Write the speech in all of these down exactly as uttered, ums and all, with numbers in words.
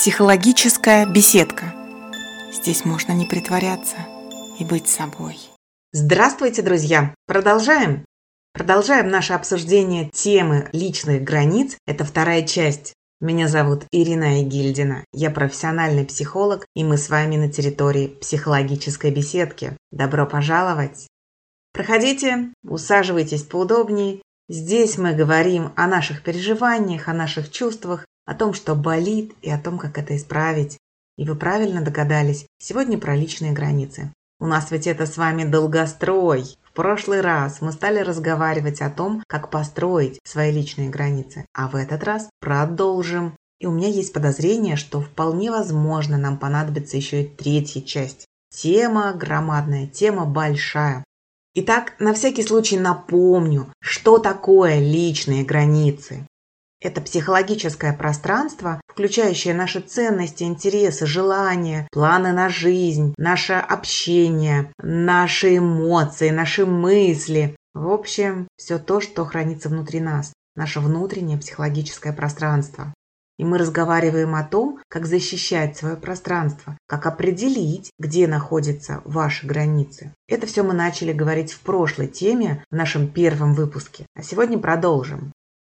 Психологическая беседка. Здесь можно не притворяться и быть собой. Здравствуйте, друзья! Продолжаем? Продолжаем наше обсуждение темы личных границ. Это вторая часть. Меня зовут Ирина Игильдина. Я профессиональный психолог, и мы с вами на территории психологической беседки. Добро пожаловать! Проходите, усаживайтесь поудобнее. Здесь мы говорим о наших переживаниях, о наших чувствах, о том, что болит, и о том, как это исправить. И вы правильно догадались, сегодня про личные границы. У нас ведь это с вами долгострой. В прошлый раз мы стали разговаривать о том, как построить свои личные границы. А в этот раз продолжим. И у меня есть подозрение, что вполне возможно нам понадобится еще и третья часть. Тема громадная, тема большая. Итак, на всякий случай напомню, что такое личные границы. Это психологическое пространство, включающее наши ценности, интересы, желания, планы на жизнь, наше общение, наши эмоции, наши мысли. В общем, все то, что хранится внутри нас, наше внутреннее психологическое пространство. И мы разговариваем о том, как защищать свое пространство, как определить, где находятся ваши границы. Это все мы начали говорить в прошлой теме, в нашем первом выпуске. А сегодня продолжим.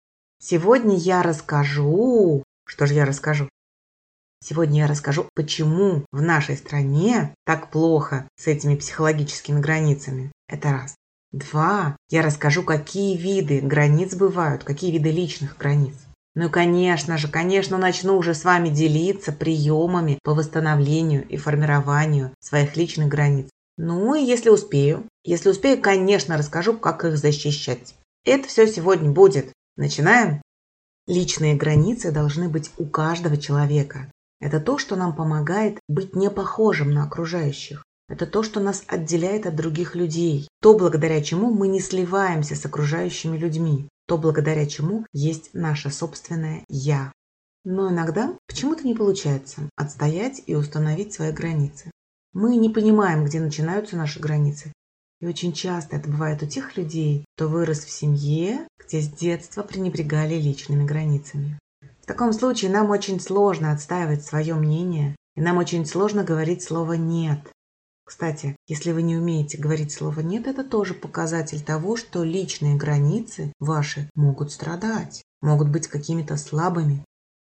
Сегодня я расскажу... Что же я расскажу? Сегодня я расскажу, почему в нашей стране так плохо с этими психологическими границами. Это раз. Два. Я расскажу, какие виды границ бывают, какие виды личных границ. Ну и, конечно же, конечно, начну уже с вами делиться приемами по восстановлению и формированию своих личных границ. Ну и если успею, если успею, конечно, расскажу, как их защищать. Это все сегодня будет. Начинаем? Личные границы должны быть у каждого человека. Это то, что нам помогает быть не похожим на окружающих. Это то, что нас отделяет от других людей. То, благодаря чему мы не сливаемся с окружающими людьми. То, благодаря чему есть наше собственное «я». Но иногда почему-то не получается отстоять и установить свои границы. Мы не понимаем, где начинаются наши границы. И очень часто это бывает у тех людей, кто вырос в семье, где с детства пренебрегали личными границами. В таком случае нам очень сложно отстаивать свое мнение, и нам очень сложно говорить слово «нет». Кстати, если вы не умеете говорить слово «нет», это тоже показатель того, что личные границы ваши могут страдать, могут быть какими-то слабыми.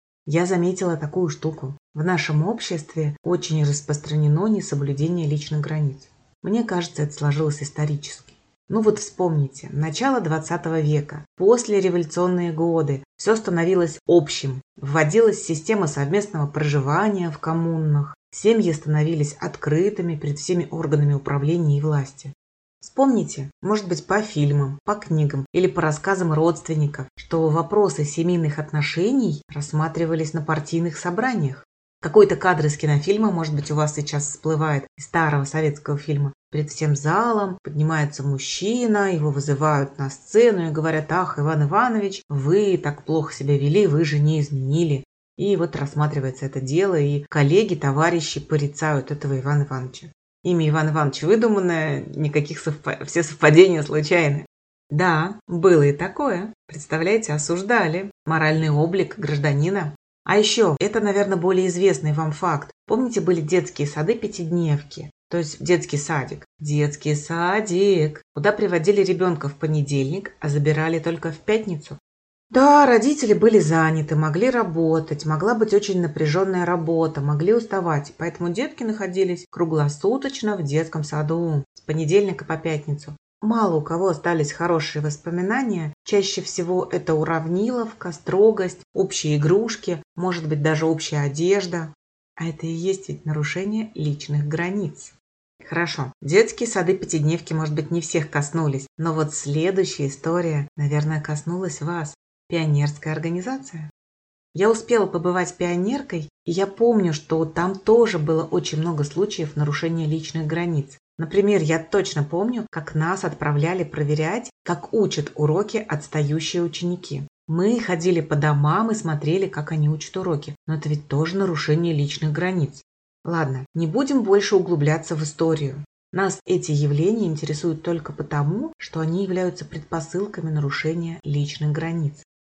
Я заметила такую штуку. В нашем обществе очень распространено несоблюдение личных границ. Мне кажется, это сложилось исторически. Ну вот вспомните, начало двадцатого века, послереволюционные годы, все становилось общим. Вводилась система совместного проживания в коммунах, семьи становились открытыми перед всеми органами управления и власти. Вспомните, может быть, по фильмам, по книгам или по рассказам родственников, что вопросы семейных отношений рассматривались на партийных собраниях. Какой-то кадр из кинофильма, может быть, у вас сейчас всплывает, из старого советского фильма. Перед всем залом поднимается мужчина, его вызывают на сцену и говорят: «Ах, Иван Иванович, вы так плохо себя вели, вы же не изменили». И вот рассматривается это дело, и коллеги, товарищи порицают этого Ивана Ивановича. Имя Иван Иванович выдуманное, никаких совпадений, все совпадения случайны. Да, было и такое. Представляете, осуждали моральный облик гражданина. А еще, это, наверное, более известный вам факт. Помните, были детские сады-пятидневки? То есть детский садик. Детский садик, куда приводили ребенка в понедельник, а забирали только в пятницу. Да, родители были заняты, могли работать, могла быть очень напряженная работа, могли уставать. Поэтому детки находились круглосуточно в детском саду с понедельника по пятницу. Мало у кого остались хорошие воспоминания. Чаще всего это уравниловка, строгость, общие игрушки, может быть, даже общая одежда. А это и есть ведь нарушение личных границ. Хорошо, детские сады-пятидневки, может быть, не всех коснулись, но вот следующая история, наверное, коснулась вас. Пионерская организация. Я успела побывать пионеркой, и я помню, что там тоже было очень много случаев нарушения личных границ. Например, я точно помню, как нас отправляли проверять, как учат уроки отстающие ученики. Мы ходили по домам и смотрели, как они учат уроки. Но это ведь тоже нарушение личных границ. Ладно, не будем больше углубляться в историю. Нас эти явления интересуют только потому, что они являются предпосылками нарушения личных границ.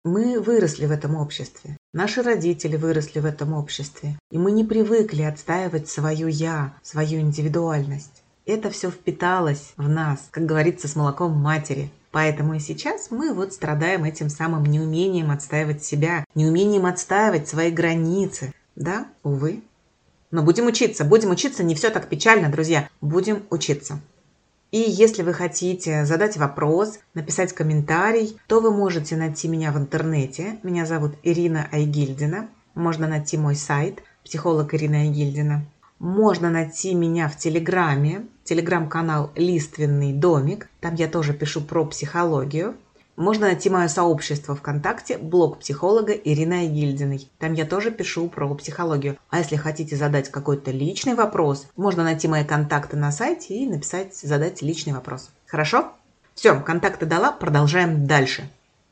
Мы выросли в этом обществе, наши родители выросли в этом обществе, и мы не привыкли отстаивать свое «я», свою индивидуальность. Это все впиталось в нас, как говорится, с молоком матери. Поэтому и сейчас мы вот страдаем этим самым неумением отстаивать себя, неумением отстаивать свои границы. Да, увы. Но будем учиться, будем учиться, не все так печально, друзья, будем учиться. И если вы хотите задать вопрос, написать комментарий, то вы можете найти меня в интернете. Меня зовут Ирина Айгильдина. Можно найти мой сайт «Психолог Ирина Айгильдина». Можно найти меня в Телеграме, телеграм-канал «Лиственный домик». Там я тоже пишу про психологию. Можно найти мое сообщество ВКонтакте «Блог психолога Ирины Айгильдиной». Там я тоже пишу про психологию. А если хотите задать какой-то личный вопрос, можно найти мои контакты на сайте и написать «Задать личный вопрос». Хорошо? Все, контакты дала, продолжаем дальше.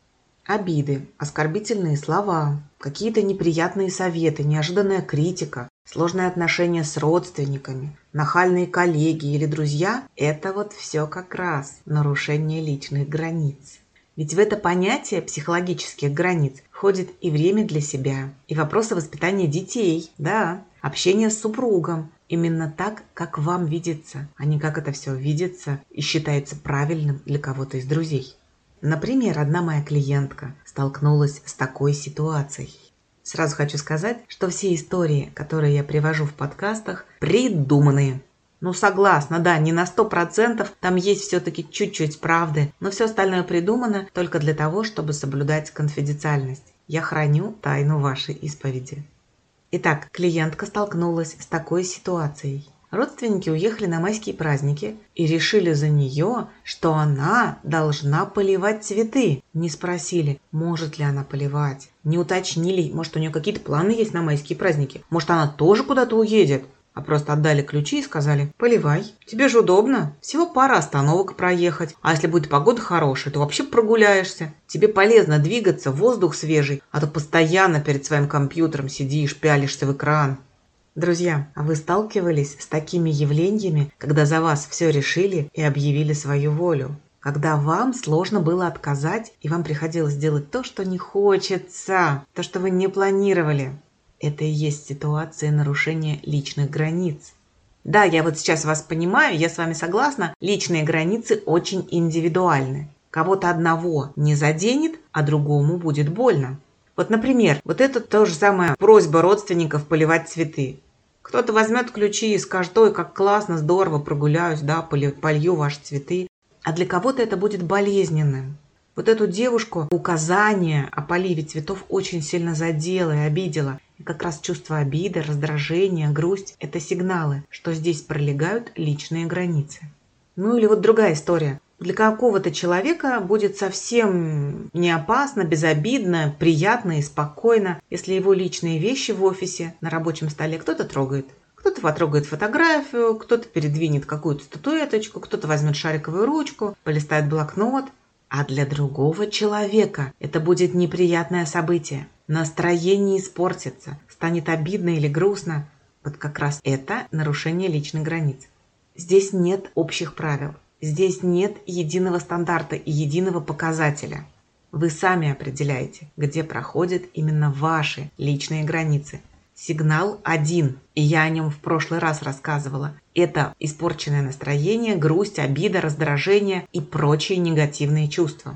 Обиды, оскорбительные слова, какие-то неприятные советы, неожиданная критика, сложные отношения с родственниками, нахальные коллеги или друзья – это вот все как раз нарушение личных границ. Ведь в это понятие психологических границ входит и время для себя, и вопросы воспитания детей, да, общение с супругом, именно так, как вам видится, а не как это все видится и считается правильным для кого-то из друзей. Например, одна моя клиентка столкнулась с такой ситуацией. Сразу хочу сказать, что все истории, которые я привожу в подкастах, придуманные. Ну, согласна, да, не на сто процентов, там есть все-таки чуть-чуть правды, но все остальное придумано только для того, чтобы соблюдать конфиденциальность. Я храню тайну вашей исповеди. Итак, клиентка столкнулась с такой ситуацией. Родственники уехали на майские праздники и решили за нее, что она должна поливать цветы. Не спросили, может ли она поливать, не уточнили, может у нее какие-то планы есть на майские праздники, может она тоже куда-то уедет. А просто отдали ключи и сказали: поливай, тебе же удобно, всего пара остановок проехать, а если будет погода хорошая, то вообще прогуляешься. Тебе полезно двигаться, воздух свежий, а то постоянно перед своим компьютером сидишь, пялишься в экран. Друзья, а вы сталкивались с такими явлениями, когда за вас все решили и объявили свою волю? Когда вам сложно было отказать, и вам приходилось делать то, что не хочется, то, что вы не планировали? Это и есть ситуация нарушения личных границ. Да, я вот сейчас вас понимаю, я с вами согласна, личные границы очень индивидуальны. Кого-то одного не заденет, а другому будет больно. Вот, например, вот это то же самое просьба родственников поливать цветы. Кто-то возьмет ключи и скажет: ой, как классно, здорово, прогуляюсь, да, полью ваши цветы. А для кого-то это будет болезненным. Вот эту девушку указание о поливе цветов очень сильно задело и обидело. И как раз чувство обиды, раздражения, грусть – это сигналы, что здесь пролегают личные границы. Ну или вот другая история. Для какого-то человека будет совсем не опасно, безобидно, приятно и спокойно, если его личные вещи в офисе на рабочем столе кто-то трогает. Кто-то потрогает фотографию, кто-то передвинет какую-то статуэточку, кто-то возьмет шариковую ручку, полистает блокнот. А для другого человека это будет неприятное событие. Настроение испортится, станет обидно или грустно. Вот как раз это нарушение личных границ. Здесь нет общих правил. Здесь нет единого стандарта и единого показателя. Вы сами определяете, где проходят именно ваши личные границы. Сигнал один, и я о нем в прошлый раз рассказывала. Это испорченное настроение, грусть, обида, раздражение и прочие негативные чувства.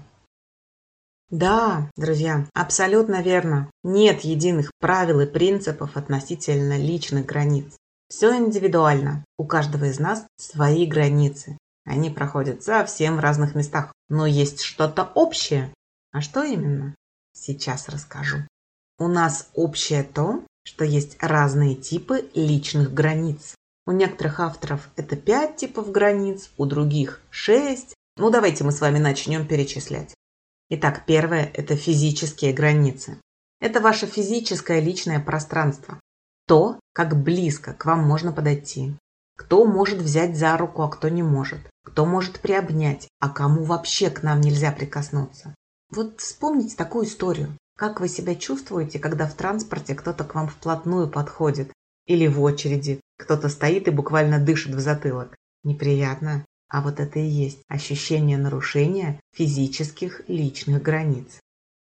Да, друзья, абсолютно верно. Нет единых правил и принципов относительно личных границ. Все индивидуально. У каждого из нас свои границы. Они проходят совсем в разных местах. Но есть что-то общее. А что именно? Сейчас расскажу. У нас общее то, что есть разные типы личных границ. У некоторых авторов это пять типов границ, у других шесть. Ну, давайте мы с вами начнем перечислять. Итак, первое – это физические границы. Это ваше физическое личное пространство. То, как близко к вам можно подойти. Кто может взять за руку, а кто не может. Кто может приобнять, а кому вообще к нам нельзя прикоснуться. Вот вспомните такую историю. Как вы себя чувствуете, когда в транспорте кто-то к вам вплотную подходит? Или в очереди кто-то стоит и буквально дышит в затылок? Неприятно. А вот это и есть ощущение нарушения физических личных границ.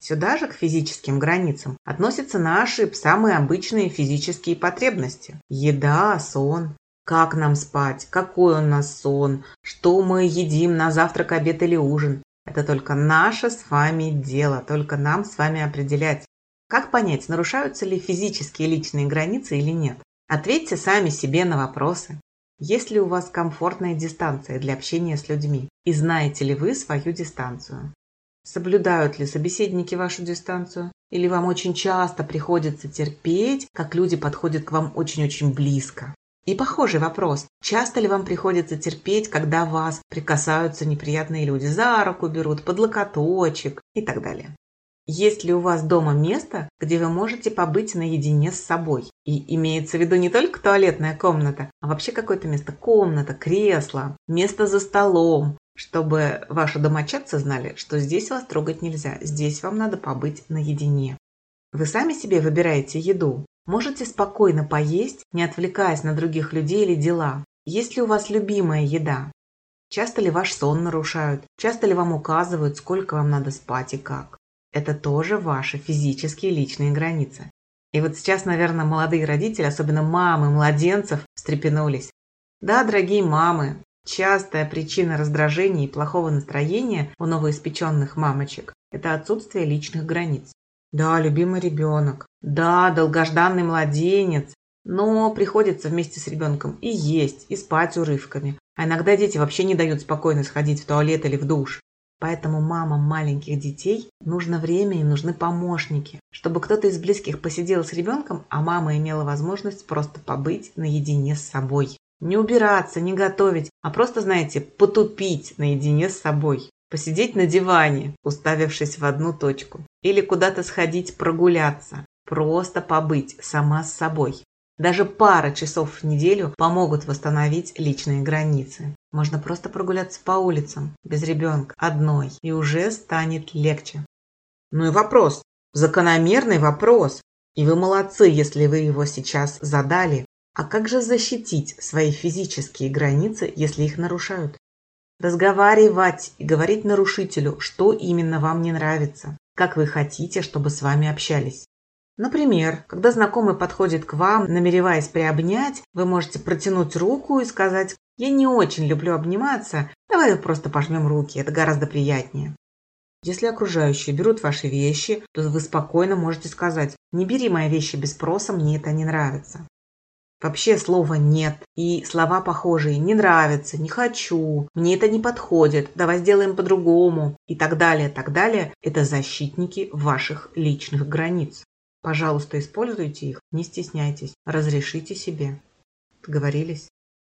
Сюда же, к физическим границам, относятся наши самые обычные физические потребности. Еда, сон. Как нам спать, какой у нас сон, что мы едим на завтрак, обед или ужин. Это только наше с вами дело, только нам с вами определять. Как понять, нарушаются ли физические личные границы или нет? Ответьте сами себе на вопросы. Есть ли у вас комфортная дистанция для общения с людьми? И знаете ли вы свою дистанцию? Соблюдают ли собеседники вашу дистанцию? Или вам очень часто приходится терпеть, как люди подходят к вам очень-очень близко? И похожий вопрос. Часто ли вам приходится терпеть, когда вас прикасаются неприятные люди, за руку берут, под локоточек и так далее? Есть ли у вас дома место, где вы можете побыть наедине с собой? И имеется в виду не только туалетная комната, а вообще какое-то место, комната, кресло, место за столом, чтобы ваши домочадцы знали, что здесь вас трогать нельзя, здесь вам надо побыть наедине. Вы сами себе выбираете еду. Можете спокойно поесть, не отвлекаясь на других людей или дела. Есть ли у вас любимая еда? Часто ли ваш сон нарушают? Часто ли вам указывают, сколько вам надо спать и как? Это тоже ваши физические личные границы. И вот сейчас, наверное, молодые родители, особенно мамы младенцев, встрепенулись. Да, дорогие мамы, частая причина раздражения и плохого настроения у новоиспеченных мамочек – это отсутствие личных границ. Да, любимый ребенок, да, долгожданный младенец, но приходится вместе с ребенком и есть, и спать урывками. А иногда дети вообще не дают спокойно сходить в туалет или в душ. Поэтому мамам маленьких детей нужно время и нужны помощники, чтобы кто-то из близких посидел с ребенком, а мама имела возможность просто побыть наедине с собой. Не убираться, не готовить, а просто, знаете, потупить наедине с собой. Посидеть на диване, уставившись в одну точку. Или куда-то сходить прогуляться. Просто побыть сама с собой. Даже пара часов в неделю помогут восстановить личные границы. Можно просто прогуляться по улицам, без ребенка, одной, и уже станет легче. Ну и вопрос, закономерный вопрос. И вы молодцы, если вы его сейчас задали. А как же защитить свои физические границы, если их нарушают? Разговаривать и говорить нарушителю, что именно вам не нравится, как вы хотите, чтобы с вами общались. Например, когда знакомый подходит к вам, намереваясь приобнять, вы можете протянуть руку и сказать: «Я не очень люблю обниматься, давай просто пожмем руки, это гораздо приятнее». Если окружающие берут ваши вещи, то вы спокойно можете сказать: «Не бери мои вещи без спроса, мне это не нравится». Вообще слова «нет» и слова похожие «не нравится», «не хочу», «мне это не подходит», «давай сделаем по-другому» и так далее, так далее – это защитники ваших личных границ. Пожалуйста, используйте их, не стесняйтесь, разрешите себе. Договорились?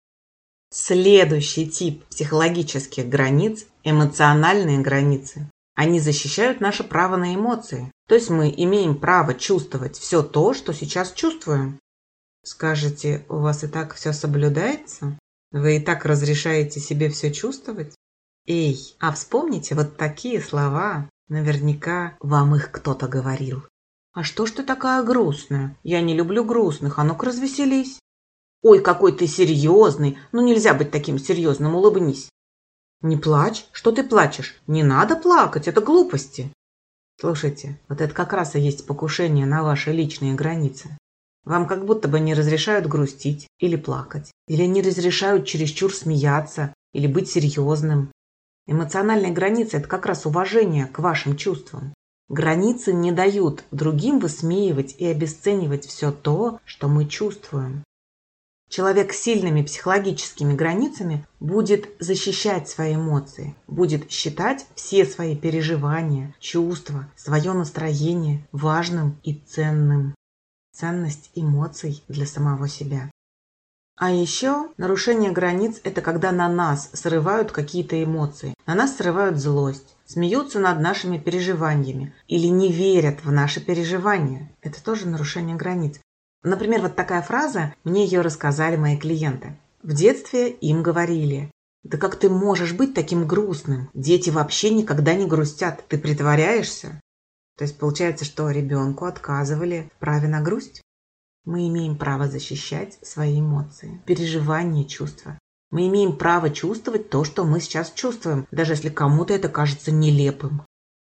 Следующий тип психологических границ – эмоциональные границы. Они защищают наше право на эмоции. То есть мы имеем право чувствовать все то, что сейчас чувствуем. Скажете, у вас и так все соблюдается? Вы и так разрешаете себе все чувствовать? Эй, а вспомните вот такие слова. Наверняка вам их кто-то говорил. А что ж ты такая грустная? Я не люблю грустных, а ну-ка развеселись. Ой, какой ты серьезный, ну нельзя быть таким серьезным, улыбнись. Не плачь, что ты плачешь? Не надо плакать, это глупости. Слушайте, вот это как раз и есть покушение на ваши личные границы. Вам как будто бы не разрешают грустить или плакать, или не разрешают чересчур смеяться, или быть серьезным. Эмоциональные границы – это как раз уважение к вашим чувствам. Границы не дают другим высмеивать и обесценивать все то, что мы чувствуем. Человек с сильными психологическими границами будет защищать свои эмоции, будет считать все свои переживания, чувства, свое настроение важным и ценным. Ценность эмоций для самого себя. А еще нарушение границ – это когда на нас срывают какие-то эмоции, на нас срывают злость, смеются над нашими переживаниями или не верят в наши переживания. Это тоже нарушение границ. Например, вот такая фраза, мне ее рассказали мои клиенты. В детстве им говорили: «Да как ты можешь быть таким грустным? Дети вообще никогда не грустят, ты притворяешься». То есть получается, что ребенку отказывали в праве на грусть. Мы имеем право защищать свои эмоции, переживания, чувства. Мы имеем право чувствовать то, что мы сейчас чувствуем, даже если кому-то это кажется нелепым.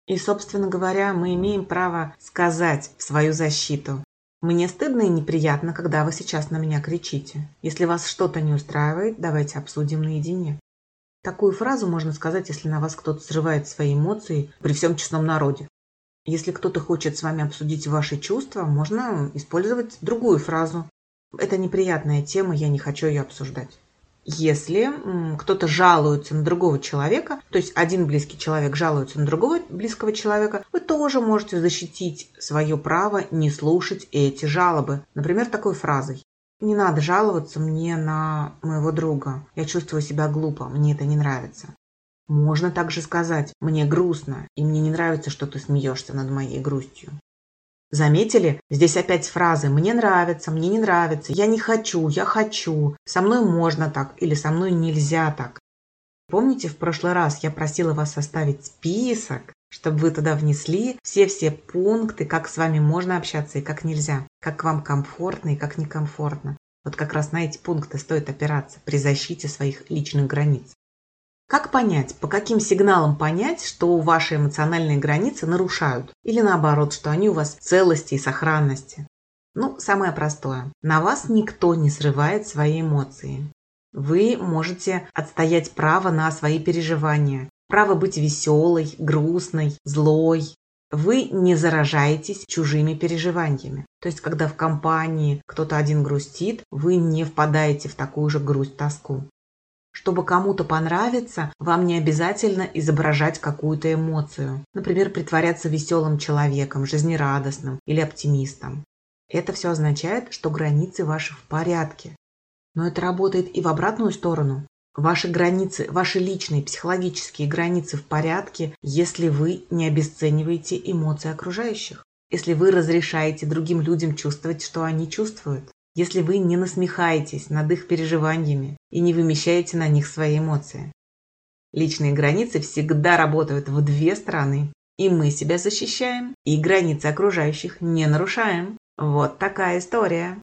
И, собственно говоря, мы имеем право сказать в свою защиту: «Мне стыдно и неприятно, когда вы сейчас на меня кричите. Если вас что-то не устраивает, давайте обсудим наедине». Такую фразу можно сказать, если на вас кто-то срывает свои эмоции при всем честном народе. Если кто-то хочет с вами обсудить ваши чувства, можно использовать другую фразу: «Это неприятная тема, я не хочу ее обсуждать». Если м, кто-то жалуется на другого человека, то есть один близкий человек жалуется на другого близкого человека, вы тоже можете защитить свое право не слушать эти жалобы. Например, такой фразой: «Не надо жаловаться мне на моего друга. Я чувствую себя глупо, мне это не нравится». Можно также сказать: «Мне грустно, и мне не нравится, что ты смеешься над моей грустью». Заметили? Здесь опять фразы «мне нравится», «мне не нравится», «я не хочу», «я хочу», «со мной можно так» или «со мной нельзя так». Помните, в прошлый раз я просила вас составить список, чтобы вы туда внесли все-все пункты, как с вами можно общаться и как нельзя, как вам комфортно и как некомфортно. Вот как раз на эти пункты стоит опираться при защите своих личных границ. Как понять, по каким сигналам понять, что ваши эмоциональные границы нарушают, или наоборот, что они у вас в целости и сохранности? Ну, самое простое. На вас никто не срывает свои эмоции. Вы можете отстоять право на свои переживания, право быть веселой, грустной, злой. Вы не заражаетесь чужими переживаниями. То есть, когда в компании кто-то один грустит, вы не впадаете в такую же грусть-тоску. Чтобы кому-то понравиться, вам не обязательно изображать какую-то эмоцию. Например, притворяться веселым человеком, жизнерадостным или оптимистом. Это все означает, что границы ваши в порядке. Но это работает и в обратную сторону. Ваши границы, ваши личные психологические границы в порядке, если вы не обесцениваете эмоции окружающих. Если вы разрешаете другим людям чувствовать, что они чувствуют. Если вы не насмехаетесь над их переживаниями и не вымещаете на них свои эмоции. Личные границы всегда работают в две стороны. И мы себя защищаем, и границы окружающих не нарушаем. Вот такая история.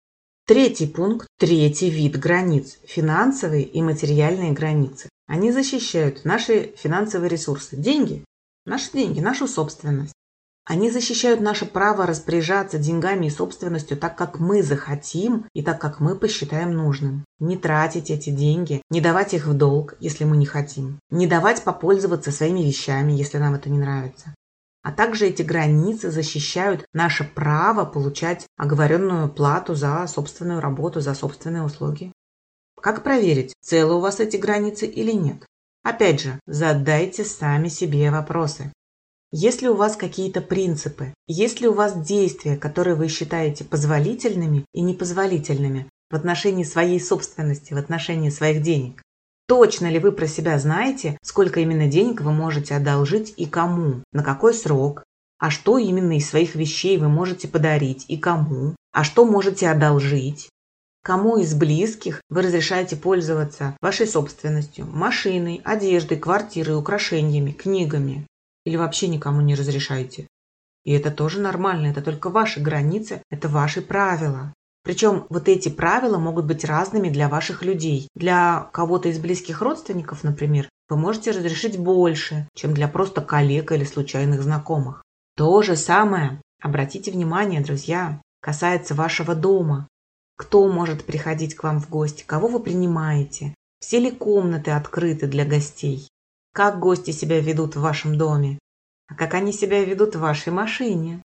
Третий пункт, третий вид границ – финансовые и материальные границы. Они защищают наши финансовые ресурсы, деньги, наши деньги, нашу собственность. Они защищают наше право распоряжаться деньгами и собственностью так, как мы захотим и так, как мы посчитаем нужным. Не тратить эти деньги, не давать их в долг, если мы не хотим. Не давать попользоваться своими вещами, если нам это не нравится. А также эти границы защищают наше право получать оговоренную плату за собственную работу, за собственные услуги. Как проверить, целы у вас эти границы или нет? Опять же, задайте сами себе вопросы. Есть ли у вас какие-то принципы? Есть ли у вас действия, которые вы считаете позволительными и непозволительными в отношении своей собственности, в отношении своих денег? Точно ли вы про себя знаете, сколько именно денег вы можете одолжить и кому, на какой срок? А что именно из своих вещей вы можете подарить и кому? А что можете одолжить? Кому из близких вы разрешаете пользоваться вашей собственностью, машиной, одеждой, квартирой, украшениями, книгами? Или вообще никому не разрешаете? И это тоже нормально, это только ваши границы, это ваши правила. Причем вот эти правила могут быть разными для ваших людей. Для кого-то из близких родственников, например, вы можете разрешить больше, чем для просто коллег или случайных знакомых. То же самое, обратите внимание, друзья, касается вашего дома. Кто может приходить к вам в гости, кого вы принимаете, все ли комнаты открыты для гостей, как гости себя ведут в вашем доме, а как они себя ведут в вашей машине.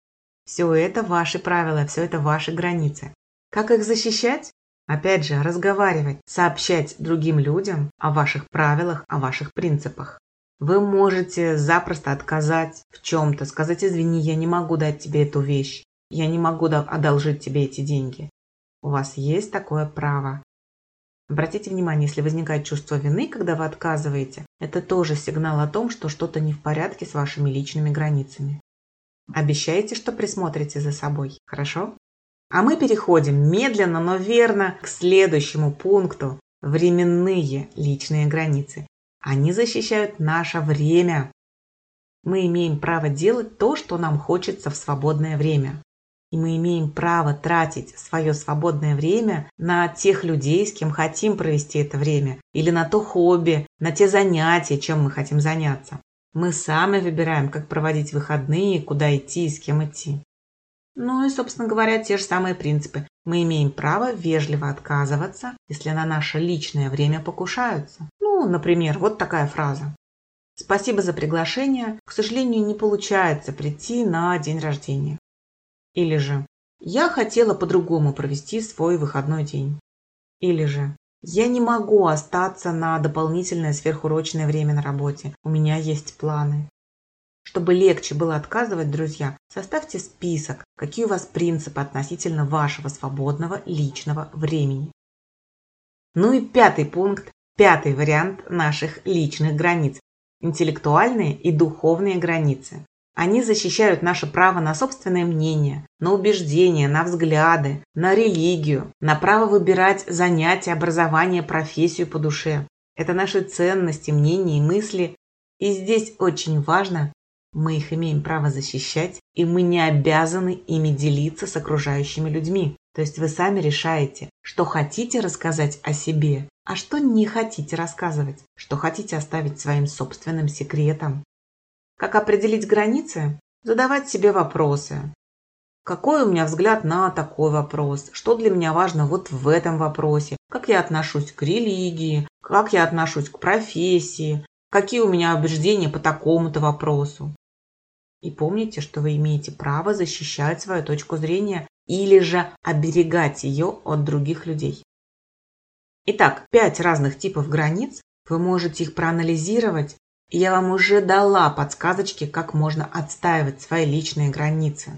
Все это ваши правила, все это ваши границы. Как их защищать? Опять же, разговаривать, сообщать другим людям о ваших правилах, о ваших принципах. Вы можете запросто отказать в чем-то, сказать: извини, я не могу дать тебе эту вещь, я не могу одолжить тебе эти деньги. У вас есть такое право. Обратите внимание, если возникает чувство вины, когда вы отказываете, это тоже сигнал о том, что что-то не в порядке с вашими личными границами. Обещаете, что присмотрите за собой, хорошо? А мы переходим медленно, но верно к следующему пункту – временные личные границы. Они защищают наше время. Мы имеем право делать то, что нам хочется в свободное время. И мы имеем право тратить свое свободное время на тех людей, с кем хотим провести это время, или на то хобби, на те занятия, чем мы хотим заняться. Мы сами выбираем, как проводить выходные, куда идти и с кем идти. Ну и, собственно говоря, те же самые принципы. Мы имеем право вежливо отказываться, если на наше личное время покушаются. Ну, например, вот такая фраза. «Спасибо за приглашение. К сожалению, не получается прийти на день рождения». Или же «Я хотела по-другому провести свой выходной день». Или же «Я не могу остаться на дополнительное сверхурочное время на работе. У меня есть планы». Чтобы легче было отказывать, друзья, составьте список, какие у вас принципы относительно вашего свободного личного времени. Ну и пятый пункт, пятый вариант наших личных границ – интеллектуальные и духовные границы. Они защищают наше право на собственное мнение, на убеждения, на взгляды, на религию, на право выбирать занятия, образование, профессию по душе. Это наши ценности, мнения и мысли. И здесь очень важно, мы их имеем право защищать, и мы не обязаны ими делиться с окружающими людьми. То есть вы сами решаете, что хотите рассказать о себе, а что не хотите рассказывать, что хотите оставить своим собственным секретом. Как определить границы? Задавать себе вопросы. Какой у меня взгляд на такой вопрос? Что для меня важно вот в этом вопросе? Как я отношусь к религии? Как я отношусь к профессии? Какие у меня убеждения по такому-то вопросу? И помните, что вы имеете право защищать свою точку зрения или же оберегать ее от других людей. Итак, пять разных типов границ. Вы можете их проанализировать, и я вам уже дала подсказочки, как можно отстаивать свои личные границы.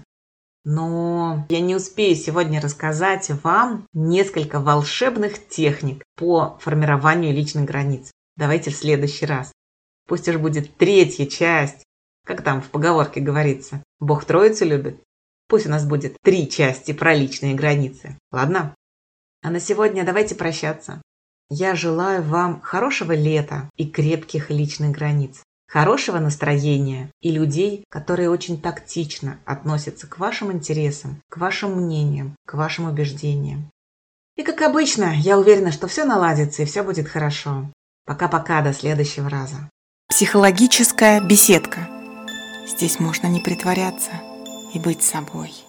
Но я не успею сегодня рассказать вам несколько волшебных техник по формированию личных границ. Давайте в следующий раз. Пусть уж будет третья часть. Как там в поговорке говорится, Бог троицу любит. Пусть у нас будет три части про личные границы. Ладно? А на сегодня давайте прощаться. Я желаю вам хорошего лета и крепких личных границ. Хорошего настроения и людей, которые очень тактично относятся к вашим интересам, к вашим мнениям, к вашим убеждениям. И как обычно, я уверена, что все наладится и все будет хорошо. Пока-пока, до следующего раза. Психологическая беседка. Здесь можно не притворяться и быть собой.